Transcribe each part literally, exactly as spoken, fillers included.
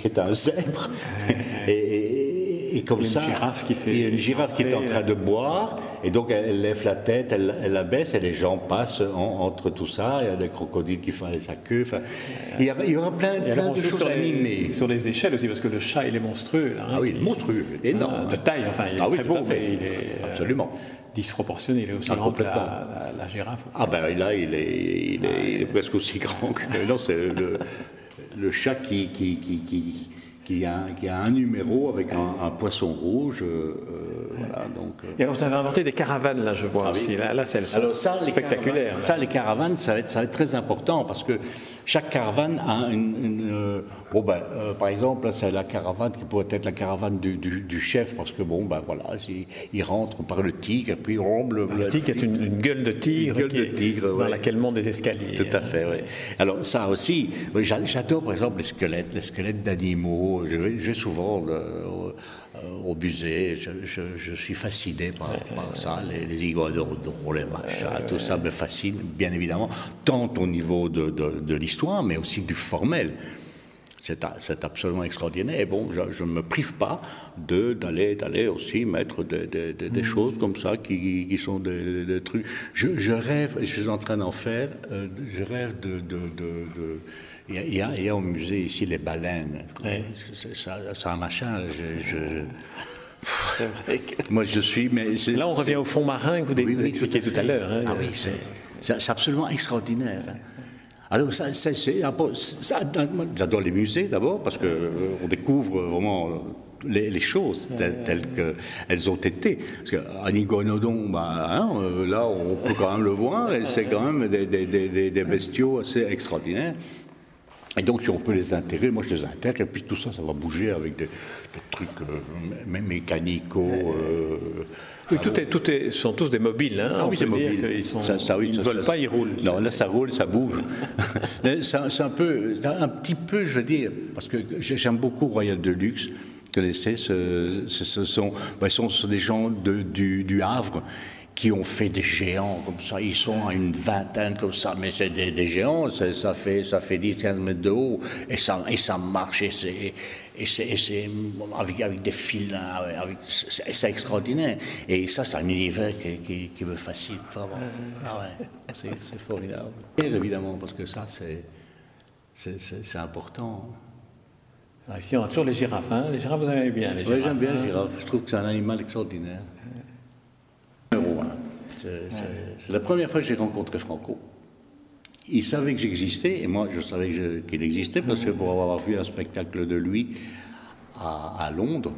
qui est un zèbre, et, et, et comme il y a ça, une girafe qui fait il y a une girafe qui est en train de boire, et donc elle, elle lève la tête, elle, elle la baisse, et les gens passent en, entre tout ça. Il y a des crocodiles qui font sa queue. Enfin, il, y a, il y aura plein, Et plein alors, on de joue choses sur les, animées. sur les échelles aussi, parce que le chat, il est monstrueux. Là, hein, Ah oui, qui- monstrueux, énorme. hein, de taille, enfin, il est Ah oui, très tout à beau, fait. mais il est euh, Absolument. disproportionné. Il est aussi Ah, grand que la, complètement. la, la girafe. Ah ben là, il est, il est, il est presque aussi grand que... Non, c'est le, le chat qui, qui, qui, qui, qui, a, qui a un numéro avec un, un poisson rouge. Euh, voilà, donc, euh. Et alors, vous avez inventé des caravanes, là, je vois Ah oui. aussi. Là, là celles sont Alors ça, les spectaculaires. caravanes, ça, les caravanes, ça va, être, ça va être très important parce que chaque caravane a une... une euh, bon ben, euh, par exemple, là, c'est la caravane qui pourrait être la caravane du, du, du chef parce que bon, ben voilà, il, il rentre par le tigre et puis on le, Le tigre est une, une gueule de tigre, Une gueule qui de est- tigre, dans ouais. laquelle montent des escaliers. Tout à fait, oui. Alors ça aussi, oui, j'a- j'adore par exemple les squelettes, les squelettes d'animaux. Je vais, je vais souvent le- au, au musée, je, je- je suis fasciné par, par ça, les, les iguanodons, les machins, tout ça me fascine, bien évidemment, tant au niveau de, de- de l'histoire, mais aussi du formel. C'est, a- c'est absolument extraordinaire. Et bon, je ne me prive pas de, d'aller, d'aller aussi mettre des, des- des- des choses comme ça qui, qui sont des, des trucs. Je, je rêve, je suis en train d'en faire, euh, je rêve de. de, de- de- il y, a, il y a- il y a au musée ici les baleines. Ouais. C'est, ça, c'est un machin. Je, je- C'est vrai que- moi, je suis. Mais c'est- Là, on revient au fond marin que vous oui, oui, expliquiez tout, fait. à l'heure. hein. Ah oui, c'est, c'est- c'est absolument extraordinaire. hein. Alors, ça, ça, c'est, ça, moi, j'adore les musées d'abord, parce qu'on découvre vraiment euh, les, les choses telles, telles qu'elles ont été. Parce qu'un iguanodon, ben, hein, euh, là, on peut quand même le voir, et c'est quand même des, des, des, des bestiaux assez extraordinaires. Et donc, si on peut les intégrer, moi je les intègre, et puis tout ça, ça va bouger avec des, des trucs euh, mé- mécanicaux. euh, Oui, tout est, tout est, ce sont tous des mobiles. Hein, Ah on oui, c'est peut dire mobile. qu'ils sont, Ça- ça, oui, ils ne ça- volent ça- pas, ils roulent. Non, là, ça roule, ça bouge. c'est, un, c'est un peu, c'est un petit peu, je veux dire, parce que j'aime beaucoup Royal Deluxe. Vous connaissez, ce, ce, ce sont, ben, ce sont des gens de, du, du Havre qui ont fait des géants comme ça. Ils sont à une vingtaine comme ça, mais c'est des, des géants. C'est, ça fait, ça fait dix quinze mètres de haut, et ça, et ça marche. Et c'est, et c'est, et c'est avec, avec des filins, avec, c'est, c'est extraordinaire. Et ça, c'est un univers qui, qui, qui me fascine vraiment. Ah ouais, c'est, c'est formidable. Et évidemment, parce que ça, c'est, c'est, c'est, c'est important. Alors ici, on a toujours les girafes. Hein. Les girafes, vous aimez bien les Oui, girafes. j'aime bien hein. la girafe. Je trouve que c'est un animal extraordinaire. Numéro un. C'est, c'est- c'est la première fois que j'ai rencontré Franco. Il savait que j'existais, et moi je savais que je- qu'il existait, parce que pour avoir vu un spectacle de lui à, à Londres,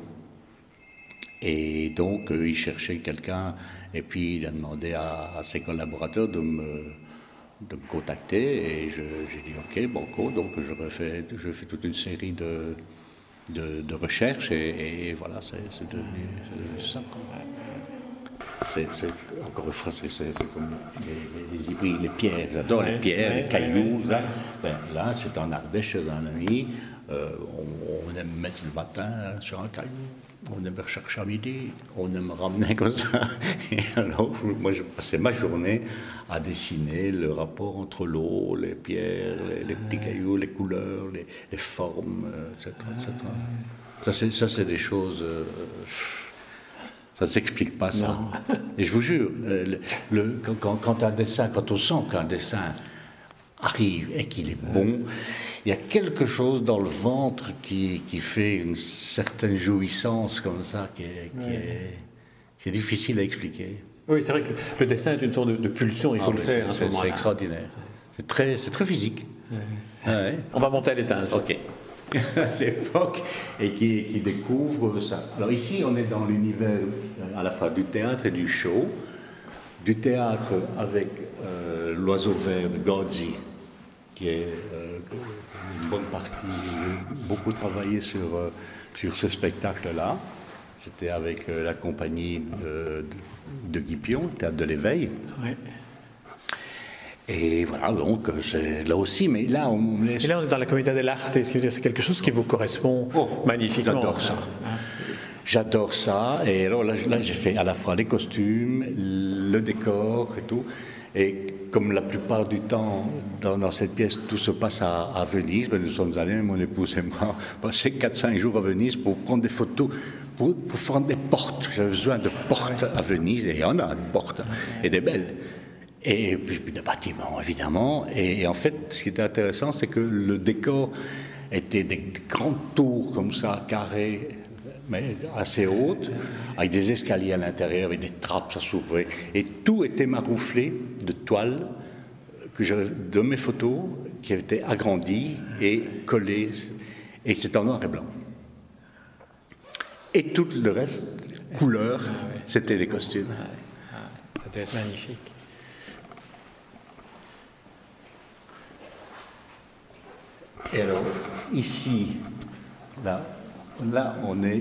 et donc euh, il cherchait quelqu'un, et puis il a demandé à, à ses collaborateurs de me, de me contacter, et je- j'ai dit ok, banco, donc je refais, je fais toute une série de, de, de recherches, et, et voilà, c'est, c'est devenu, c'est devenu ça. quoi. C'est, c'est, encore une fois, c'est, c'est, c'est comme les, les, les hybrides, les pierres. J'adore Ouais, les pierres, ouais, les cailloux. ouais, là, ouais. Ben, là, c'est en Ardèche chez un ami. Euh, on, on aime mettre le matin sur un caillou. On aime rechercher à midi. On aime ramener comme ça. Et alors, moi, je passais ma journée à dessiner le rapport entre l'eau, les pierres, les, les petits cailloux, les couleurs, les, les formes, et cetera, et cetera. Ça, c'est, ça, c'est des choses. Euh, Ça ne s'explique pas, ça. Non. Et je vous jure, euh, le, le- quand, quand- quand un dessin, quand on sent qu'un dessin arrive et qu'il est bon, il y a quelque chose dans le ventre qui, qui fait une certaine jouissance comme ça, qui est, qui est, qui est difficile à expliquer. Oui, c'est vrai que le dessin est une sorte de, de pulsion, il faut Ah, le mais faire. c'est, à ce c'est- moment-là. c'est extraordinaire. C'est très, c'est très physique. Ah ouais. On va monter à l'étage. Ok. À l'époque, et qui, qui découvre ça. Alors ici, on est dans l'univers euh, à la fois du théâtre et du show. Du théâtre avec euh, l'oiseau vert de Gozzi, qui est euh, une bonne partie. J'ai beaucoup travaillé sur, euh, sur ce spectacle-là. C'était avec euh, la compagnie de, de, de Guy Pion, le Théâtre de l'Éveil. Ouais. Et voilà, donc c'est là aussi, mais là on me laisse. Et là, on est dans la Commedia dell'arte, c'est quelque chose qui vous correspond Oh, magnifiquement. j'adore ça. J'adore ça. Et alors là, là, j'ai fait à la fois les costumes, le décor et tout. Et comme la plupart du temps dans, dans cette pièce, tout se passe à, à Venise, ben nous sommes allés, mon épouse et moi, passer quatre cinq jours à Venise pour prendre des photos, pour, pour faire des portes. J'avais besoin de portes à Venise, et il y en a des portes, et des belles. Et puis des bâtiments, évidemment. Et, et en fait, ce qui était intéressant, c'est que le décor était des, des grandes tours comme ça, carrées, mais assez hautes, avec des escaliers à l'intérieur, avec des trappes, ça s'ouvrait. Et tout était marouflé de toiles que j'avais de mes photos, qui avaient été agrandies et collées. Et c'était en noir et blanc. Et tout le reste, couleur, ah ouais. C'était les costumes. Ah, ça doit être magnifique. Et alors, ici, là, là on est...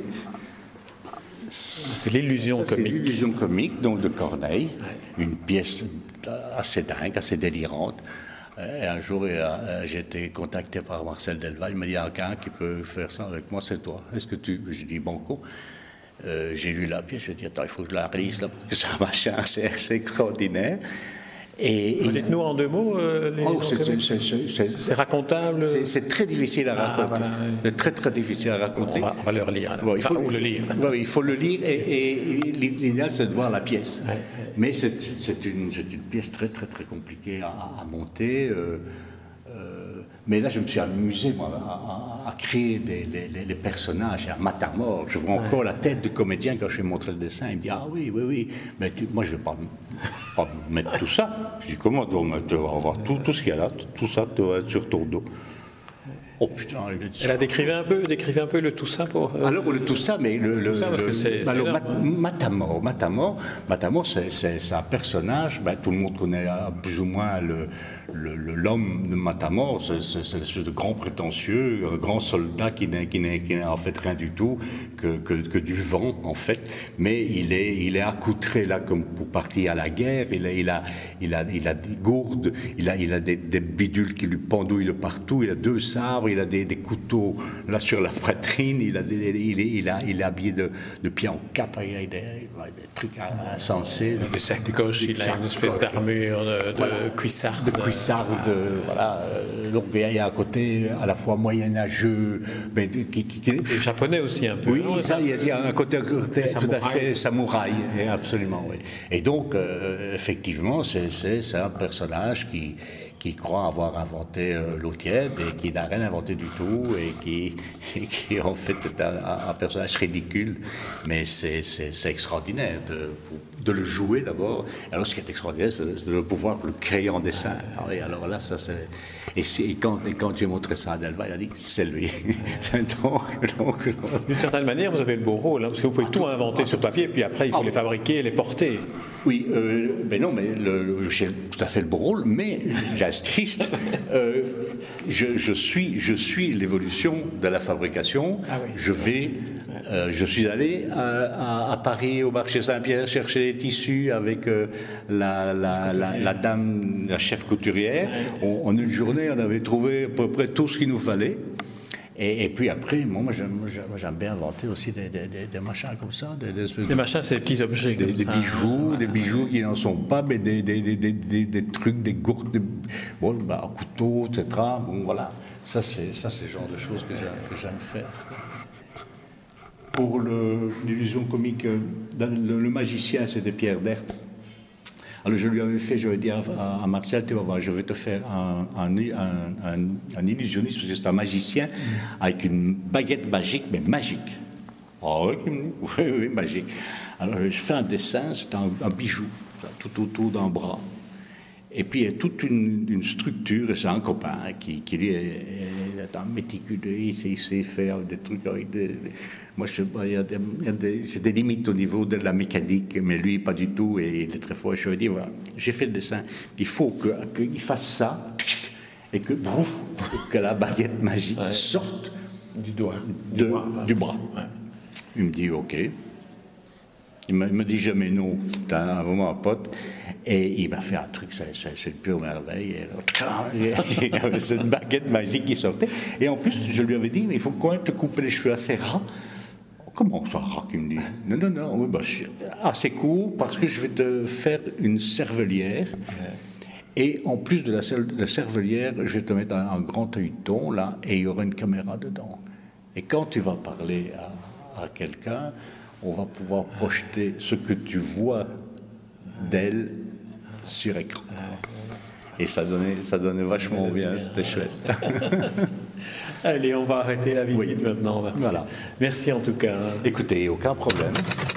C'est l'illusion ça, comique. C'est l'illusion comique, donc de Corneille, ouais. Une pièce assez dingue, assez délirante. Et un jour, j'ai été contacté par Marcel Delval, il m'a dit, il y a quelqu'un qui peut faire ça avec moi, c'est toi. Est-ce que tu... Je dis, banco. Euh, j'ai lu la pièce, je dis, attends, il faut que je la relise, là, parce que c'est un machin, c'est, c'est extraordinaire. Et, et dites-nous en deux mots, euh, les oh, c'est, c'est, c'est, c'est, c'est racontable. C'est, c'est très difficile à raconter. Ah, voilà, oui. C'est très très difficile à raconter. On va, on va le relire. Bon, il faut enfin, ou le lire. Oui, il faut le lire et, et, et l'idéal c'est de voir la pièce. Ouais, ouais. Mais c'est, c'est, une, c'est une pièce très très très compliquée à, à monter. Euh, euh, mais là, je me suis amusé moi, à, à, à créer des, les, les personnages, à matamor. Je vois encore ouais. La tête du comédien quand je lui ai montré le dessin. Il me dit ah oui oui oui, mais tu, moi je ne vais pas, pas mettre tout ça. Je dis comment tu vas avoir tout, tout ce qu'il y a là, tout ça doit être sur ton dos. Oh putain, elle a décrivé un peu, décrivé un peu le Toussaint pour. Euh... Alors le Toussaint, mais le, le, Toussaint, parce que c'est, c'est alors, énorme, Mat, Matamor, Matamor, Matamor, c'est, c'est, c'est un personnage. Ben, tout le monde connaît plus ou moins le, le, le, l'homme de Matamor. C'est, c'est, c'est l'espèce de grand prétentieux, un grand soldat qui n'est, qui n'est, qui n'est en fait rien du tout que, que, que du vent en fait. Mais il est, il est accoutré là comme pour partir à la guerre. Il a, il a, il a, il a des gourdes, il a, il a des, des bidules qui lui pendouillent de partout. Il a deux sabres. Il a des, des couteaux là sur la poitrine, il, a des, il, est, il, a, il est habillé de, de pied en cap, il a des, des trucs insensés. Des sacoches, il a une espèce d'armure de, de voilà. cuissarde. De cuissarde, ah. Voilà. Donc il y a à côté à la fois moyenâgeux, mais qui, qui, qui... japonais aussi un peu. Oui, ça, il y a un côté, côté tout à fait samouraï, absolument. Oui. Et donc, euh, effectivement, c'est, c'est, c'est un personnage qui... qui croit avoir inventé euh, l'eau tiède et qui n'a rien inventé du tout et qui, et qui en fait est un, un personnage ridicule, mais c'est, c'est, c'est extraordinaire de, de le jouer d'abord. Alors ce qui est extraordinaire, c'est de pouvoir le créer en dessin. Ah oui, alors là, ça c'est... Et, c'est, et, quand, et quand j'ai montré ça à Delval, il a dit c'est lui. donc, donc, D'une certaine manière, vous avez le beau rôle, hein, parce que vous pouvez ah, tout inventer ah, sur papier, puis après il faut ah, les fabriquer et les porter. Oui, euh, mais non, mais le, le, j'ai tout à fait le beau rôle, mais j'insiste, euh, je, je, suis, je suis l'évolution de la fabrication. Ah oui. Je vais, euh, je suis allé à, à, à Paris, au marché Saint-Pierre, chercher les tissus avec euh, la, la, la, la dame, la chef couturière. On, en une journée, on avait trouvé à peu près tout ce qu'il nous fallait. Et, et puis après, moi, moi, j'aime, moi, j'aime bien inventer aussi des, des, des, des machins comme ça. Des, des, des machins, c'est des petits objets des, comme des ça. Bijoux, hein. Des bijoux qui n'en sont pas, mais des, des, des, des, des, des trucs, des gourdes, des bon, bah, couteaux, et cetera. Bon, voilà. Ça, c'est, ça, c'est le genre de choses que j'aime, que j'aime faire. Pour le, l'illusion comique, le, le magicien, c'était Pierre Berthe. Alors je lui avais fait, je vais dire à, à Marcel, tu vas voir, je vais te faire un, un, un, un, un illusionniste, parce que c'est un magicien avec une baguette magique, mais magique. Ah oui, oui, oui, magique. Alors je fais un dessin, c'est un, un bijou, tout autour d'un bras. Et puis il y a toute une, une structure, et c'est un copain qui, qui lui est, est un méticuleux, il sait, il sait faire des trucs avec des... Moi, je sais pas, il y a des, il y a des, c'est des limites au niveau de la mécanique, mais lui, pas du tout, et il est très fort. Je lui ai dit, voilà, j'ai fait le dessin, il faut que, qu'il fasse ça, et que, brouf, que la baguette magique ouais. sorte du doigt, de, du, doigt, du bras. Ouais. Il me dit, ok. Il me, il me dit jamais non, c'est un, vraiment un pote. Et il m'a fait un truc, c'est, c'est, c'est une pure merveille. Il y avait cette baguette magique qui sortait. Et en plus, je lui avais dit, mais il faut quand même te couper les cheveux assez ras. Comment ça, ras, il me dit? Non, non, non, bah, assez court, parce que je vais te faire une cervelière. Et en plus de la, de la cervelière, je vais te mettre un, un grand œilleton, là, et il y aura une caméra dedans. Et quand tu vas parler à, à quelqu'un, on va pouvoir projeter ce que tu vois d'elle sur écran. Et ça donnait, ça donnait vachement bien, c'était chouette. Allez, on va arrêter la visite oui. maintenant. Martin. Voilà. Merci en tout cas. Écoutez, aucun problème.